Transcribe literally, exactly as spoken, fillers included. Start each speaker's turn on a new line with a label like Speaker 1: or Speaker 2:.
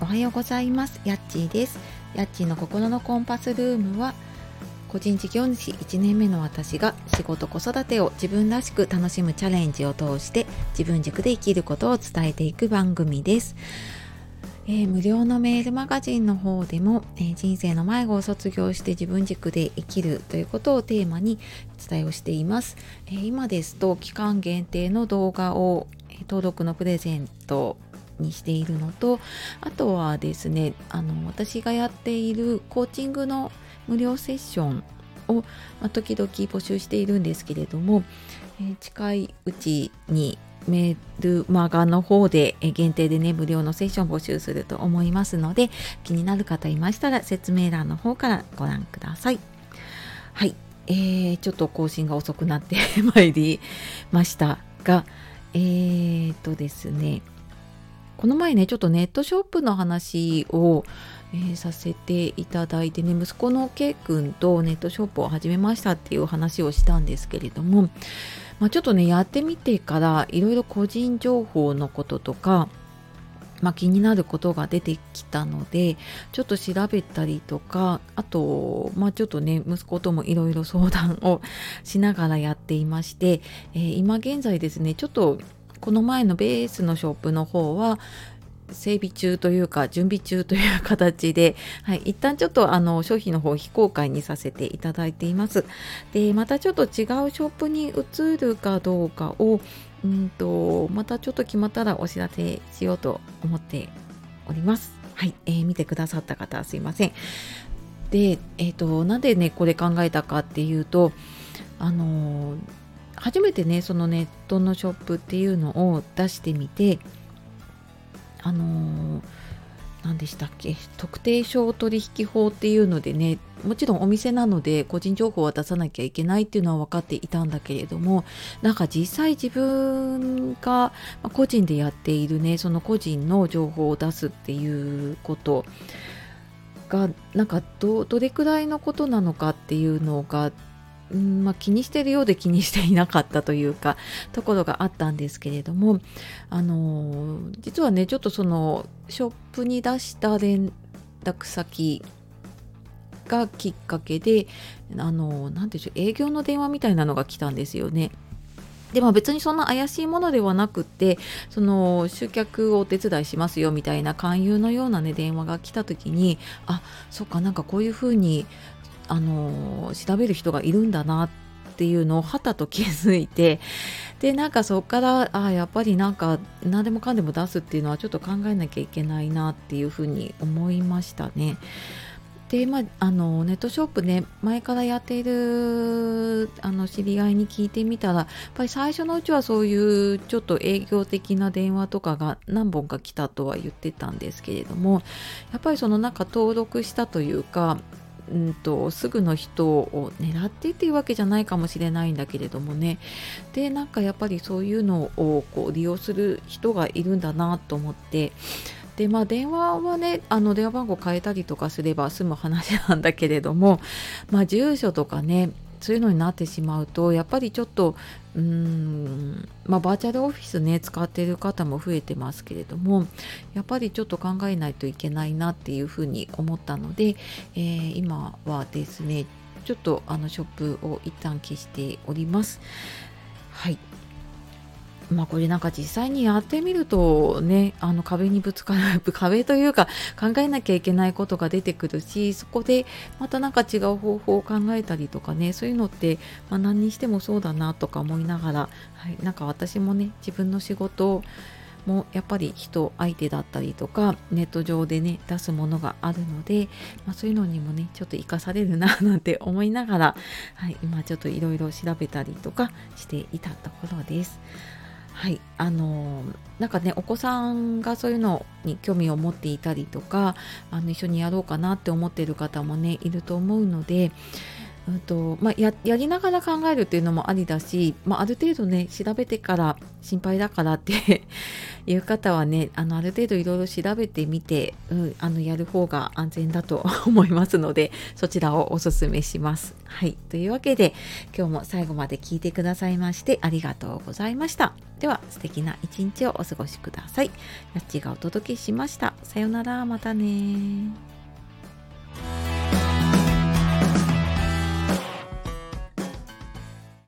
Speaker 1: おはようございます。やっちーです。やっちーの心のコンパスルームは、個人事業主いちねんめの私が仕事子育てを自分らしく楽しむチャレンジを通して自分軸で生きることを伝えていく番組です。えー、無料のメールマガジンの方でも、えー、人生の迷子を卒業して自分軸で生きるということをテーマにお伝えをしています。えー、今ですと期間限定の動画を、えー、登録のプレゼントにしているのと、あとはですね、あの私がやっているコーチングの無料セッションを、まあ、時々募集しているんですけれども、えー、近いうちにメールマガの方で限定でね無料のセッション募集すると思いますので、気になる方いましたら説明欄の方からご覧ください。はい、えー、ちょっと更新が遅くなってまいりましたが、えーとですねこの前ねちょっとネットショップの話を、えー、させていただいてね、息子の K 君とネットショップを始めましたっていう話をしたんですけれども、まあ、ちょっとねやってみてからいろいろ個人情報のこととか、まあ、気になることが出てきたのでちょっと調べたりとか、あと、まあ、ちょっとね息子ともいろいろ相談をしながらやっていまして、えー、今現在ですねちょっとこの前のベースのショップの方は整備中というか準備中という形で、はい、一旦ちょっとあの商品の方非公開にさせていただいています。でまたちょっと違うショップに移るかどうかをうんとまたちょっと決まったらお知らせしようと思っております。はい、えー、見てくださった方はすいません。で、えーと、なんでねこれ考えたかっていうと、あのー初めてねそのネットのショップっていうのを出してみて、あのー、何でしたっけ、特定商取引法っていうのでね、もちろんお店なので個人情報は出さなきゃいけないっていうのは分かっていたんだけれども、なんか実際自分が個人でやっているねその個人の情報を出すっていうことがなんか ど, どれくらいのことなのかっていうのがうんまあ、気にしているようで気にしていなかったというかところがあったんですけれども、あのー実はねちょっとそのショップに出した連絡先がきっかけで、あのーなんでしょう、営業の電話みたいなのが来たんですよね。でまあ、別にそんな怪しいものではなくって、その集客をお手伝いしますよみたいな勧誘のようなね電話が来た時に、あ、そっか、なんかこういうふうにあの調べる人がいるんだなっていうのをはたと気づいて、でなんかそこからあやっぱりなんか何でもかんでも出すっていうのはちょっと考えなきゃいけないなっていうふうに思いましたね。でまあ、あのネットショップね前からやっているあの知り合いに聞いてみたら、やっぱり最初のうちはそういうちょっと営業的な電話とかが何本か来たとは言ってたんですけれども、やっぱりそのなんか登録したというかうんとすぐの人を狙ってっていうわけじゃないかもしれないんだけれどもね、でなんかやっぱりそういうのをこう利用する人がいるんだなと思って、でまあ電話はねあの電話番号変えたりとかすれば済む話なんだけれども、まあ住所とかねそういうのになってしまうとやっぱりちょっとうーんまあバーチャルオフィスね使っている方も増えてますけれども、やっぱりちょっと考えないといけないなっていうふうに思ったので、えー今はですねちょっとあのショップを一旦消しております。はい、まあこれなんか実際にやってみるとね、あの壁にぶつかる壁というか考えなきゃいけないことが出てくるし、そこでまたなんか違う方法を考えたりとかね、そういうのって、まあ、何にしてもそうだなとか思いながら、はい、なんか私もね自分の仕事もやっぱり人相手だったりとかネット上でね出すものがあるので、まあ、そういうのにもねちょっと活かされるななんて思いながら、はい、今ちょっといろいろ調べたりとかしていたところです。はい、あのなんかねお子さんがそういうのに興味を持っていたりとか、あの一緒にやろうかなって思っている方もねいると思うので、 うんとまあ、や, やりながら考えるっていうのもありだし、まあ、ある程度ね調べてから心配だからっていう方はね、あのある程度いろいろ調べてみて、うん、あのやる方が安全だと思いますので、そちらをおすすめします。はい、というわけで今日も最後まで聞いてくださいましてありがとうございました。では素敵な一日をお過ごしください。やっちがお届けしました。さよなら、またね。